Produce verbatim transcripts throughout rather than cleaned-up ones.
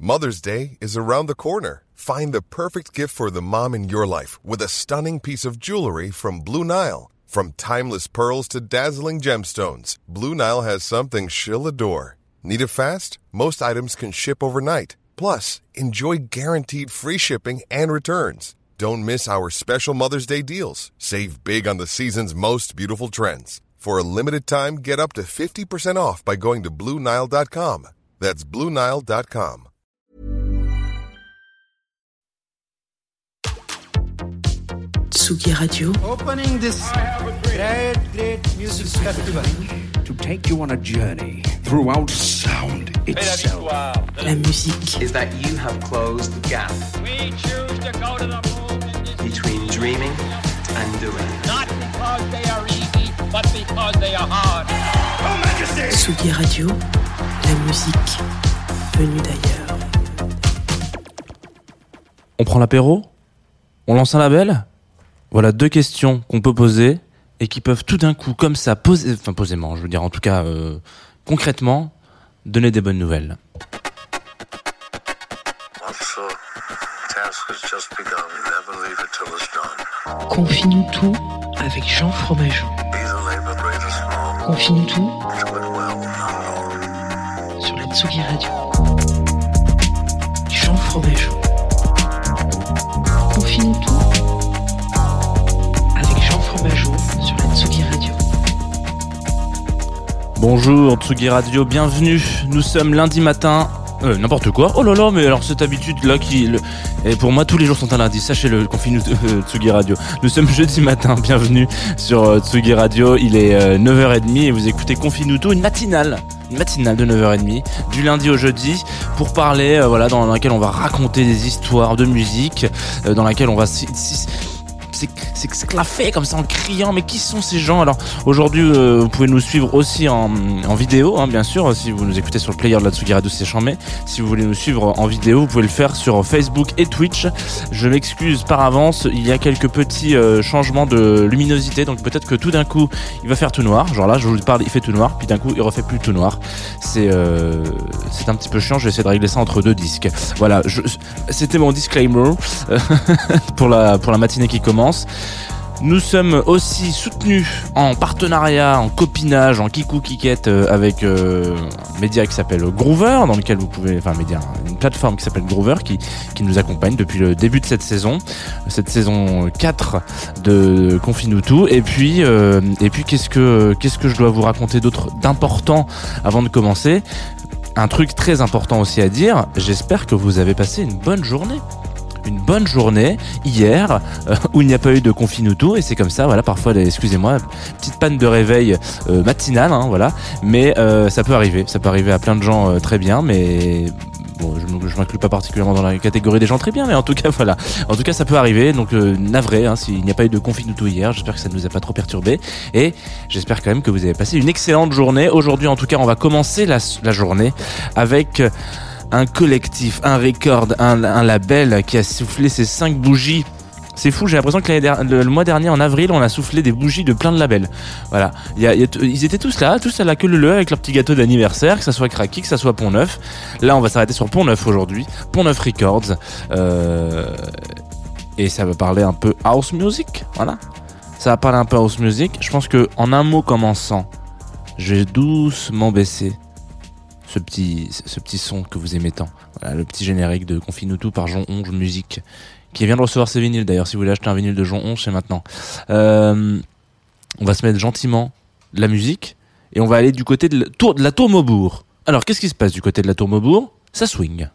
Mother's Day is around the corner. Find the perfect gift for the mom in your life with a stunning piece of jewelry from Blue Nile. From timeless pearls to dazzling gemstones, Blue Nile has something she'll adore. Need it fast? Most items can ship overnight. Plus, enjoy guaranteed free shipping and returns. Don't miss our special Mother's Day deals. Save big on the season's most beautiful trends. For a limited time, get up to fifty percent off by going to Blue Nile dot com. That's Blue Nile dot com. Tsugi Radio. Opening this great, great music festival. To take you on a journey throughout sound itself. La musique. Is that you have closed the gap. We choose to go to the moon in this between dreaming and doing. Not because they are easy, but because they are hard. Oh, Majesty! Tsugi Radio. La musique venue d'ailleurs. On prend l'apéro ? On lance un label ? Voilà deux questions qu'on peut poser et qui peuvent tout d'un coup, comme ça, poser, enfin posément, je veux dire en tout cas euh, concrètement, donner des bonnes nouvelles. Confie-nous tout avec Jean Fromageau. Confie-nous tout sur la Tsugi Radio. Jean Fromageau. Confie-nous tout avec Jean Fromageau sur la Tsugi Radio. Bonjour Tsugi Radio, bienvenue. Nous sommes lundi matin. Euh, n'importe quoi. Oh là là, mais alors cette habitude là qui, le... et pour moi tous les jours sont un lundi. Sachez-le, confie-nous euh, Tsugi Radio. Nous sommes jeudi matin. Bienvenue sur euh, Tsugi Radio. Il est euh, neuf heures trente et vous écoutez Confie-nous tout, une matinale, une matinale de neuf heures trente du lundi au jeudi pour parler, euh, voilà, dans laquelle on va raconter des histoires de musique, euh, dans laquelle on va si, si, c'est, c'est, c'est clafé comme ça en criant. Mais qui sont ces gens? Alors aujourd'hui euh, vous pouvez nous suivre aussi en, en vidéo, hein, bien sûr. Si vous nous écoutez sur le player de la Tsugi Radio, c'est chambé. Si vous voulez nous suivre en vidéo, vous pouvez le faire sur Facebook et Twitch. Je m'excuse par avance, il y a quelques petits euh, changements de luminosité, donc peut-être que tout d'un coup il va faire tout noir. Genre là je vous parle, il fait tout noir, puis d'un coup il refait plus tout noir. C'est euh, c'est un petit peu chiant. Je vais essayer de régler ça entre deux disques. Voilà, je, c'était mon disclaimer pour la pour la matinée qui commence. Nous sommes aussi soutenus en partenariat, en copinage, en kikou kiket euh, avec euh, un média qui s'appelle Groover, dans lequel vous pouvez, enfin média, une plateforme qui s'appelle Groover qui qui nous accompagne depuis le début de cette saison, cette saison quatre de Confie-nous tout. Et puis euh, et puis qu'est-ce que qu'est-ce que je dois vous raconter d'autre d'important avant de commencer? Un truc très important aussi à dire. J'espère que vous avez passé une bonne journée. Une bonne journée hier euh, où il n'y a pas eu de Confie-nous tout, et c'est comme ça, voilà, parfois, excusez-moi, petite panne de réveil euh, matinale, hein, voilà, mais euh, ça peut arriver, ça peut arriver à plein de gens euh, très bien, mais bon, je, je m'inclus pas particulièrement dans la catégorie des gens très bien, mais en tout cas, voilà, en tout cas, ça peut arriver, donc euh, navré, hein, s'il n'y a pas eu de Confie-nous tout hier, j'espère que ça ne nous a pas trop perturbé, et j'espère quand même que vous avez passé une excellente journée. Aujourd'hui, en tout cas, on va commencer la, la journée avec un collectif, un record, un, un label qui a soufflé ses cinq bougies. C'est fou, j'ai l'impression que l'année der- le, le mois dernier, en avril, on a soufflé des bougies de plein de labels. Voilà, il y a, il y a t- ils étaient tous là, tous à la queue leu leu avec leur petit gâteau d'anniversaire, que ça soit Cracky, que ça soit Pont-Neuf. Là, on va s'arrêter sur Pont-Neuf aujourd'hui, Pont-Neuf Records, euh, et ça va parler un peu house music, voilà. Ça va parler un peu house music. Je pense que en un mot commençant, je vais doucement baisser ce petit, ce petit son que vous aimez tant. Voilà, le petit générique de Confie-nous tout par Jean Onge Musique, qui vient de recevoir ses vinyles d'ailleurs. Si vous voulez acheter un vinyle de Jean Onge, c'est maintenant. Euh, on va se mettre gentiment de la musique et on va aller du côté de la tour, de la tour Maubourg. Alors, qu'est-ce qui se passe du côté de la tour Maubourg? Ça swing.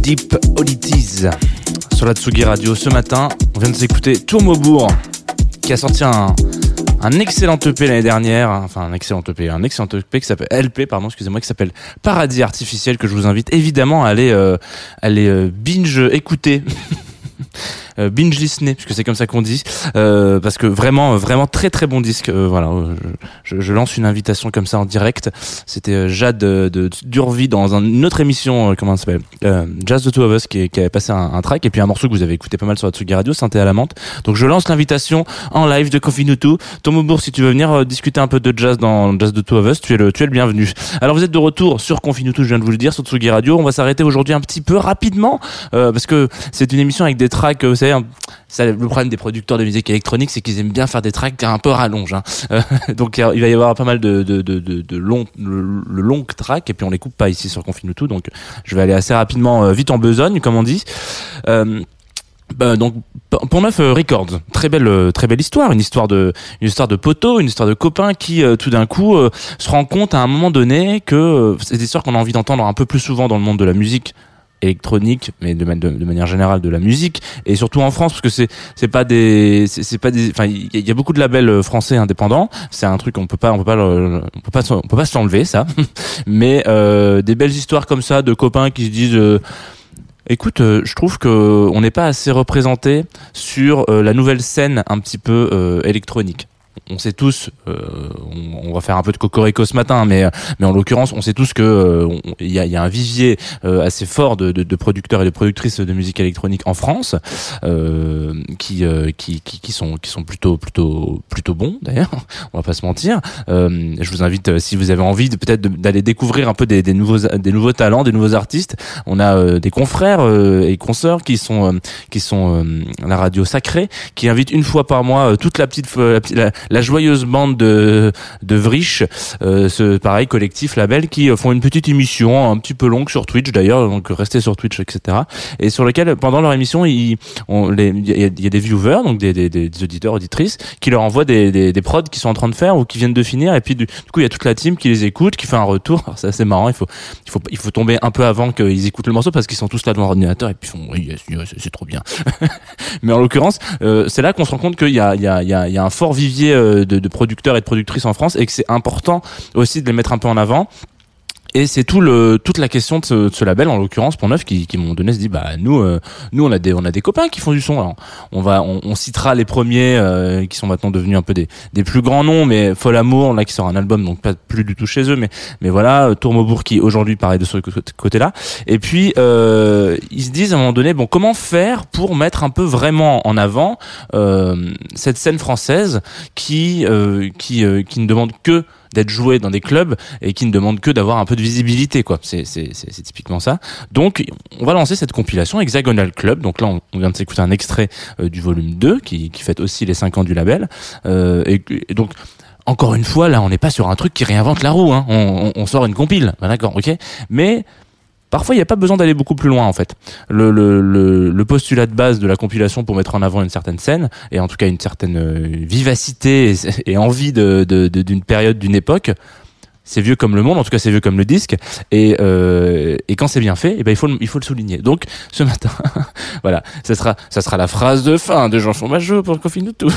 Deep Oddities sur la Tsugi Radio. Ce matin, on vient de s'écouter Tourmaubourg qui a sorti un, un excellent E P l'année dernière, enfin un excellent E P, un excellent E P qui s'appelle L P, pardon, excusez-moi, qui s'appelle Paradis Artificiel, que je vous invite évidemment à aller, euh, aller euh, binge écouter. Euh, binge listener, puisque c'est comme ça qu'on dit, euh, parce que vraiment, vraiment très très bon disque. Euh, voilà, euh, je, je lance une invitation comme ça en direct. C'était euh, Jade de, de Durvi dans un, une autre émission, euh, comment ça s'appelle, euh, Jazz the Two of Us, qui, qui avait passé un, un track et puis un morceau que vous avez écouté pas mal sur la Tsugi Radio, Synthé à la menthe. Donc je lance l'invitation en live de Coffee Nutu. Tourmaubourg, si tu veux venir euh, discuter un peu de jazz dans Jazz the Two of Us, tu es le, tu es le bienvenu. Alors vous êtes de retour sur Coffee Nutu, je viens de vous le dire, sur Tsugi Radio. On va s'arrêter aujourd'hui un petit peu rapidement euh, parce que c'est une émission avec des tracks, euh, vous savez, ça, le problème des producteurs de musique électronique, c'est qu'ils aiment bien faire des tracks un peu rallonge. Hein. Euh, donc il va y avoir pas mal de, de, de, de, de longs, le, le long track, et puis on les coupe pas ici sur Coffee Nutu. Donc je vais aller assez rapidement, euh, vite en besogne, comme on dit. Euh, Bah, donc Pont-Neuf euh, Records, très belle euh, très belle histoire, une histoire de une histoire de poteaux, une histoire de copains qui euh, tout d'un coup euh, se rend compte à un moment donné que euh, c'est des histoires qu'on a envie d'entendre un peu plus souvent dans le monde de la musique électronique, mais de, de, de manière générale de la musique, et surtout en France, parce que c'est c'est pas des c'est, c'est pas des enfin il y, y a beaucoup de labels français indépendants, c'est un truc on peut pas on peut pas le, on peut pas on peut pas se l'enlever ça, mais euh, des belles histoires comme ça de copains qui se disent euh, écoute, euh, je trouve que on n'est pas assez représenté sur euh, la nouvelle scène un petit peu euh, électronique. On sait tous, euh, on, on va faire un peu de cocorico ce matin, mais mais en l'occurrence, on sait tous que euh, il y a, y a un vivier euh, assez fort de, de, de producteurs et de productrices de musique électronique en France, euh, qui, euh, qui qui qui sont qui sont plutôt plutôt plutôt bons d'ailleurs. On va pas se mentir. Euh, je vous invite, si vous avez envie de peut-être de, d'aller découvrir un peu des, des nouveaux des nouveaux talents, des nouveaux artistes. On a euh, des confrères euh, et consoeurs qui sont euh, qui sont euh, la radio sacrée, qui invite une fois par mois euh, toute la petite la, la, la joyeuse bande de de Vriche, euh, ce pareil collectif label qui font une petite émission un petit peu longue sur Twitch d'ailleurs, donc restez sur Twitch, et cetera. Et sur lequel pendant leur émission ils on les il y, y a des viewers, donc des, des des auditeurs auditrices qui leur envoient des des des prods qu'ils sont en train de faire ou qui viennent de finir, et puis du, du coup il y a toute la team qui les écoute, qui fait un retour. Alors, c'est assez marrant, il faut il faut il faut tomber un peu avant qu'ils écoutent le morceau parce qu'ils sont tous là devant l'ordinateur et puis ils font oui yes, yes, c'est trop bien. Mais en l'occurrence euh, c'est là qu'on se rend compte qu'il y a il y a il y a il y a un fort vivier euh, de, de producteurs et de productrices en France, et que c'est important aussi de les mettre un peu en avant. Et c'est tout le toute la question de ce, de ce label, en l'occurrence Pont-Neuf, qui qui m'ont donné se dit bah nous euh, nous on a des on a des copains qui font du son. Alors on va on, on citera les premiers euh, qui sont maintenant devenus un peu des des plus grands noms, mais Folamour là qui sort un album, donc pas plus du tout chez eux, mais mais voilà, Tourmaubourg qui aujourd'hui paraît de ce côté-là. Et puis euh, ils se disent à un moment donné, bon, comment faire pour mettre un peu vraiment en avant euh, cette scène française qui euh, qui euh, qui ne demande que d'être joué dans des clubs et qui ne demande que d'avoir un peu de visibilité, quoi. C'est, c'est, c'est, c'est typiquement ça. Donc, on va lancer cette compilation Hexagonal Club. Donc là, on, on vient de s'écouter un extrait euh, du volume deux qui, qui fête aussi les cinq ans du label. Euh, et, et donc, encore une fois, là, on n'est pas sur un truc qui réinvente la roue, hein. On, on, on sort une compile. Ben, d'accord, ok. Mais, parfois, il n'y a pas besoin d'aller beaucoup plus loin, en fait. Le, le, le, le postulat de base de la compilation pour mettre en avant une certaine scène, et en tout cas une certaine euh, vivacité et, et envie de, de, de, d'une période, d'une époque, c'est vieux comme le monde, en tout cas c'est vieux comme le disque, et euh, et quand c'est bien fait, et ben il faut il faut le souligner. Donc ce matin, voilà, ça sera ça sera la phrase de fin de Jean Fromageau pour le Coffee Nutu.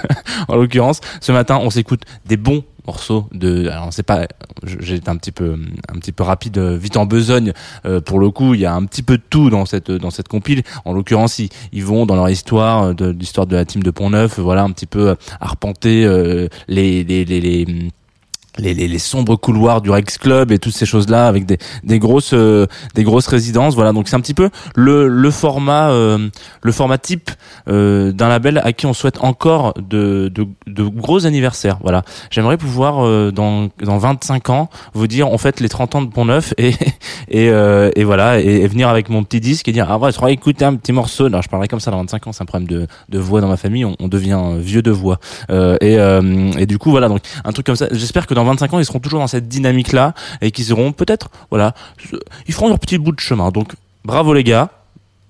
En l'occurrence, ce matin, on s'écoute des bons morceaux de, alors c'est pas, j'ai été un petit peu un petit peu rapide, vite en besogne, euh, pour le coup il y a un petit peu de tout dans cette dans cette compile. En l'occurrence ils, ils vont dans leur histoire, de l'histoire de la team de Pont-Neuf, voilà, un petit peu arpenter euh, les les les, les Les, les, les sombres couloirs du Rex Club et toutes ces choses-là, avec des, des grosses, euh, des grosses résidences. Voilà, donc c'est un petit peu le, le format, euh, le format type euh, d'un label à qui on souhaite encore de, de, de gros anniversaires. Voilà, j'aimerais pouvoir euh, dans, dans vingt-cinq ans vous dire on fête les trente ans de Pont-Neuf et et, euh, et voilà, et, et venir avec mon petit disque et dire ah ouais, je crois écouter un petit morceau. Non, je parlerai comme ça dans vingt-cinq ans. C'est un problème de, de voix dans ma famille. On, on devient vieux de voix. Euh, et, euh, et du coup voilà, donc un truc comme ça. J'espère que dans vingt-cinq ans, ils seront toujours dans cette dynamique-là et qu'ils seront peut-être, voilà, ils feront leur petit bout de chemin. Donc, bravo les gars.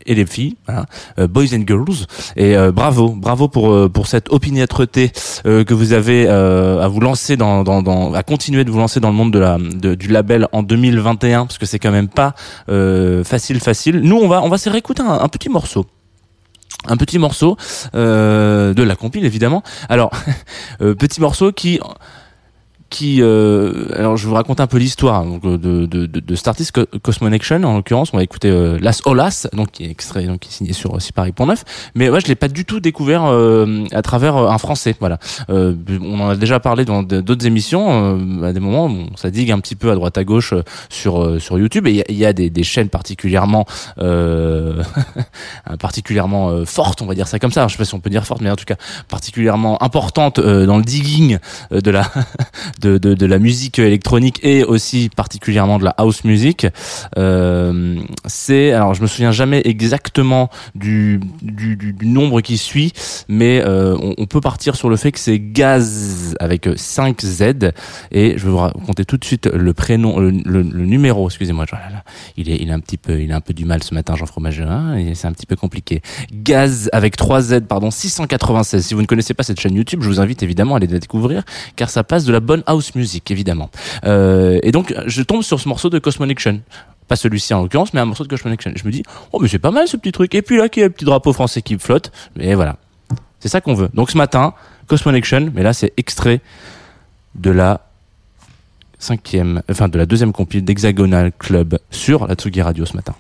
et les filles, voilà, euh, boys and girls. Et euh, bravo, bravo pour euh, pour cette opiniâtreté euh, que vous avez euh, à vous lancer dans, dans dans à continuer de vous lancer dans le monde de la de, du label en deux mille vingt et un, parce que c'est quand même pas euh, facile facile. Nous on va on va se réécouter un, un petit morceau. Un petit morceau euh, de la compile évidemment. Alors euh, petit morceau qui qui euh, alors je vais vous raconter un peu l'histoire donc de de de, de Startist Cosmonection en l'occurrence. On va écouter euh, Las Olas, donc qui est extrait, donc qui est signé sur Siparis.neuf, mais ouais, je l'ai pas du tout découvert euh, à travers un français, voilà. Euh, on en a déjà parlé dans d'autres émissions, euh, à des moments bon, ça digue un petit peu à droite à gauche sur euh, sur YouTube, et il y, y a des des chaînes particulièrement euh, particulièrement euh, fortes, on va dire ça comme ça. Alors, je sais pas si on peut dire forte, mais en tout cas particulièrement importante euh, dans le digging euh, de la De, de, de la musique électronique et aussi particulièrement de la house music. Euh, c'est, alors je me souviens jamais exactement du, du, du, du nombre qui suit, mais euh, on, on peut partir sur le fait que c'est Gaz avec cinq Z, et je vais vous raconter tout de suite le prénom, le, le, le numéro. Excusez-moi, il est, il est un petit peu, il a un peu du mal ce matin, Jean Fromager, hein, et c'est un petit peu compliqué. Gaz avec trois Z, pardon, six cent quatre-vingt-seize. Si vous ne connaissez pas cette chaîne YouTube, je vous invite évidemment à aller la découvrir, car ça passe de la bonne house music évidemment. Euh, et donc je tombe sur ce morceau de Cosmonection, pas celui-ci en l'occurrence, mais un morceau de Cosmonection. Je me dis oh mais c'est pas mal ce petit truc. Et puis là, qu'il y a le petit drapeau français qui flotte. Et voilà, c'est ça qu'on veut. Donc ce matin, Cosmonection, mais là c'est extrait de la cinquième, enfin de la deuxième compil d'Hexagonal Club sur la Tsugi Radio ce matin.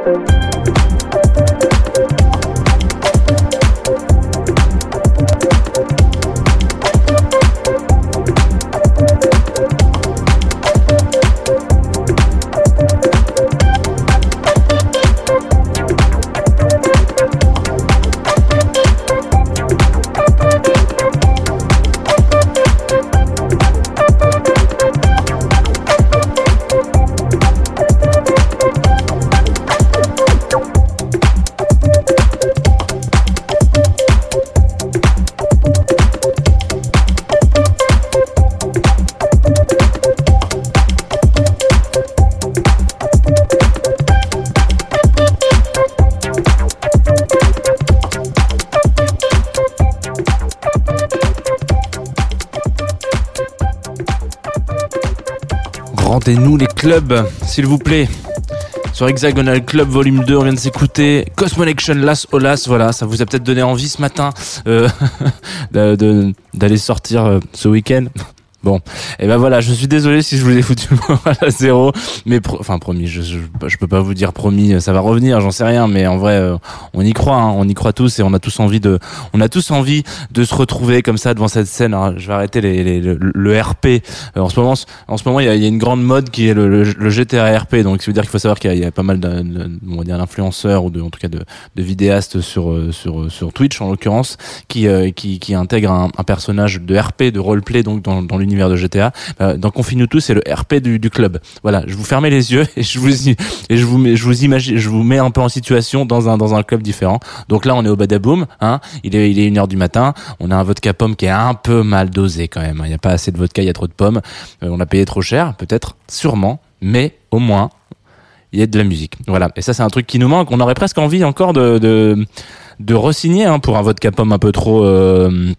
Rendez-nous les clubs, s'il vous plaît. Sur Hexagonal Club Volume deux, on vient de s'écouter Cosmonection Las Olas. Voilà, ça vous a peut-être donné envie ce matin euh, de, de, d'aller sortir euh, ce week-end. Bon, et ben voilà, je suis désolé si je vous ai foutu le moral à zéro, mais pro- enfin promis, je, je je peux pas vous dire promis, ça va revenir, j'en sais rien, mais en vrai, euh, on y croit, hein, on y croit tous et on a tous envie de, on a tous envie de se retrouver comme ça devant cette scène. Alors, je vais arrêter les, les, le, le R P. Euh, en ce moment, en ce moment, il y a, il y a une grande mode qui est le, le, le G T A R P, donc ça veut dire qu'il faut savoir qu'il y a, il y a pas mal de, de, on va dire d'influenceurs ou de, en tout cas de, de vidéastes sur sur sur Twitch en l'occurrence, qui euh, qui qui intègrent un, un personnage de R P, de roleplay, donc dans dans l'univers de G T A. Euh, dans Confine-nous tous, c'est le R P du, du club. Voilà, je vous fermez les yeux et je vous y, et je vous mets, je vous imagine, je vous mets un peu en situation dans un dans un club différent. Donc là, on est au Badaboom, hein. Il est il est une heure du matin. On a un vodka pomme qui est un peu mal dosé quand même. Il y a pas assez de vodka, il y a trop de pommes. Euh, on a payé trop cher, peut-être, sûrement, mais au moins il y a de la musique. Voilà. Et ça, c'est un truc qui nous manque. On aurait presque envie encore de de de re-signer, hein, pour un vodka pomme un peu trop. Euh,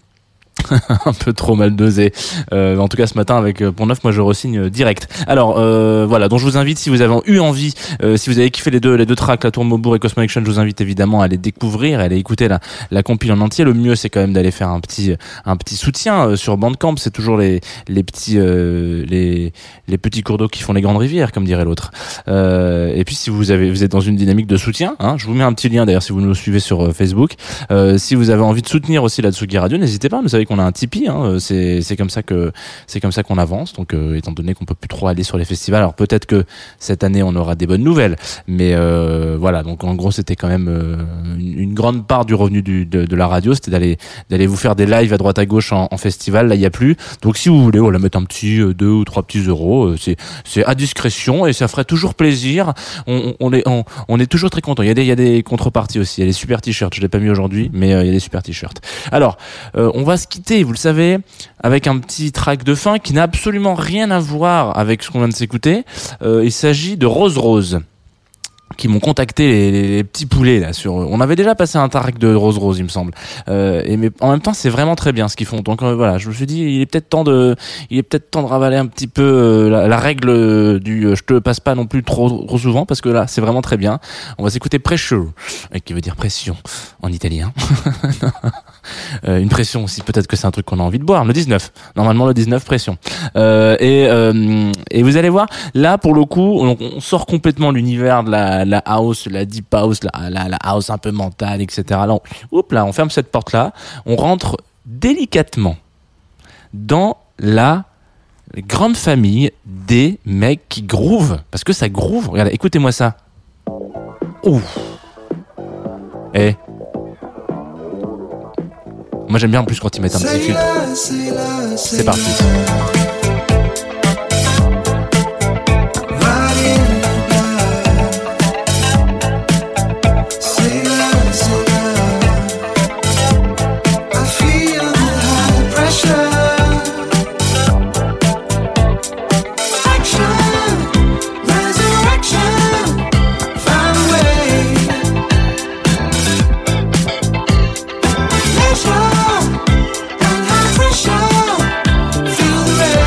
un peu trop mal dosé. Euh, en tout cas, ce matin, avec Pont Neuf, moi, je re-signe direct. Alors, euh, voilà. Donc, je vous invite, si vous avez eu envie, euh, si vous avez kiffé les deux, les deux tracks, La Tour Maubourg et Cosmonection, je vous invite évidemment à les découvrir, à aller écouter la, la compile en entier. Le mieux, c'est quand même d'aller faire un petit, un petit soutien euh, sur Bandcamp. C'est toujours les, les petits, euh, les, les petits cours d'eau qui font les grandes rivières, comme dirait l'autre. Euh, et puis, si vous avez, vous êtes dans une dynamique de soutien, hein, je vous mets un petit lien d'ailleurs si vous nous suivez sur euh, Facebook. Euh, si vous avez envie de soutenir aussi la Tsugi Radio, n'hésitez pas. Vous savez qu'on a un Tipeee, hein, c'est c'est comme ça que c'est comme ça qu'on avance. Donc euh, étant donné qu'on peut plus trop aller sur les festivals, alors peut-être que cette année on aura des bonnes nouvelles, mais euh, voilà. Donc en gros c'était quand même euh, une, une grande part du revenu du, de, de la radio, c'était d'aller d'aller vous faire des lives à droite à gauche en, en festival. Là il y a plus. Donc si vous voulez, on va mettre un petit euh, deux ou trois petits euros. Euh, c'est c'est à discrétion et ça ferait toujours plaisir. On, on est on, on est toujours très content. Il y a des il y a des contreparties aussi. Il y a des super t-shirts. Je l'ai pas mis aujourd'hui, mais euh, il y a des super t-shirts. Alors euh, on va se quitter. Vous le savez, avec un petit track de fin qui n'a absolument rien à voir avec ce qu'on vient de s'écouter. Euh, il s'agit de Rose Rose, qui m'ont contacté les, les, les petits poulets là sur. On avait déjà passé un track de Rose Rose, il me semble. Euh, et mais en même temps, c'est vraiment très bien ce qu'ils font. Donc euh, voilà, je me suis dit, il est peut-être temps de, il est peut-être temps de ravaler un petit peu euh, la, la règle du euh, je te passe pas non plus trop, trop souvent, parce que là, c'est vraiment très bien. On va s'écouter Pressure, qui veut dire pression en italien. Euh, une pression aussi, peut-être que c'est un truc qu'on a envie de boire. Le dix-neuf, normalement le dix-neuf, pression. Euh, et euh, et vous allez voir, là pour le coup, on, on sort complètement de l'univers de la, la house, la deep house, la, la, la house un peu mentale, et cetera. Là, on, oups, là, on ferme cette porte-là, on rentre délicatement dans la grande famille des mecs qui groove, parce que ça groove. Regardez, écoutez-moi ça. Ouh. Eh. Moi j'aime bien en plus quand ils mettent un petit filtre. C'est parti. Feel the rain.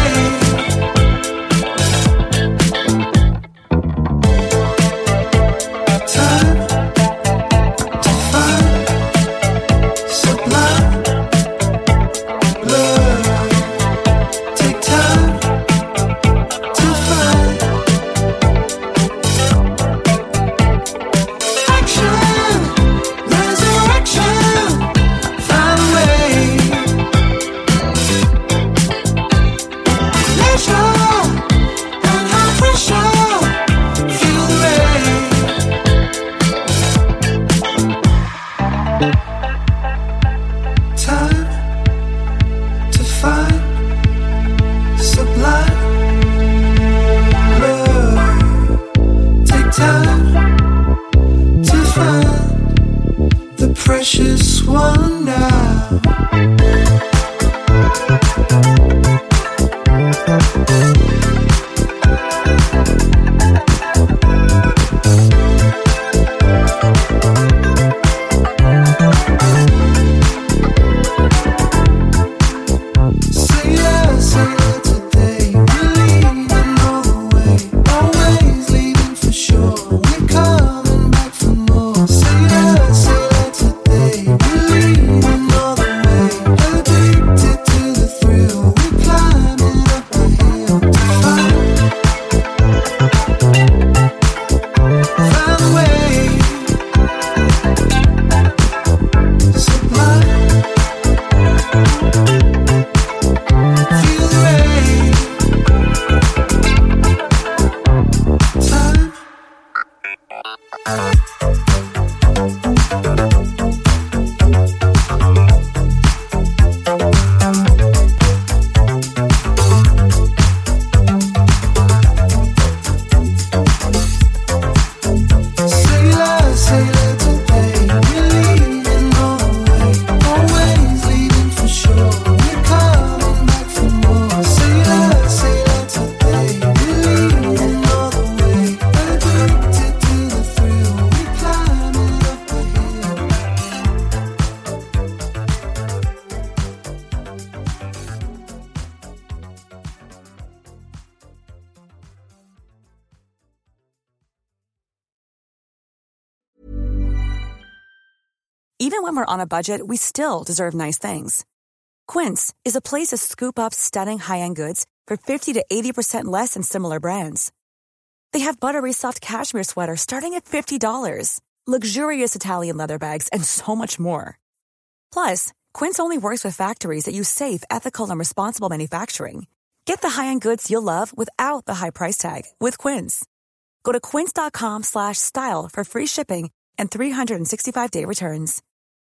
Even when we're on a budget, we still deserve nice things. Quince is a place to scoop up stunning high-end goods for fifty to eighty percent less than similar brands. They have buttery soft cashmere sweaters starting at fifty dollars, luxurious Italian leather bags, and so much more. Plus, Quince only works with factories that use safe, ethical, and responsible manufacturing. Get the high-end goods you'll love without the high price tag with Quince. Go to quince.com slash style for free shipping and three sixty-five day returns.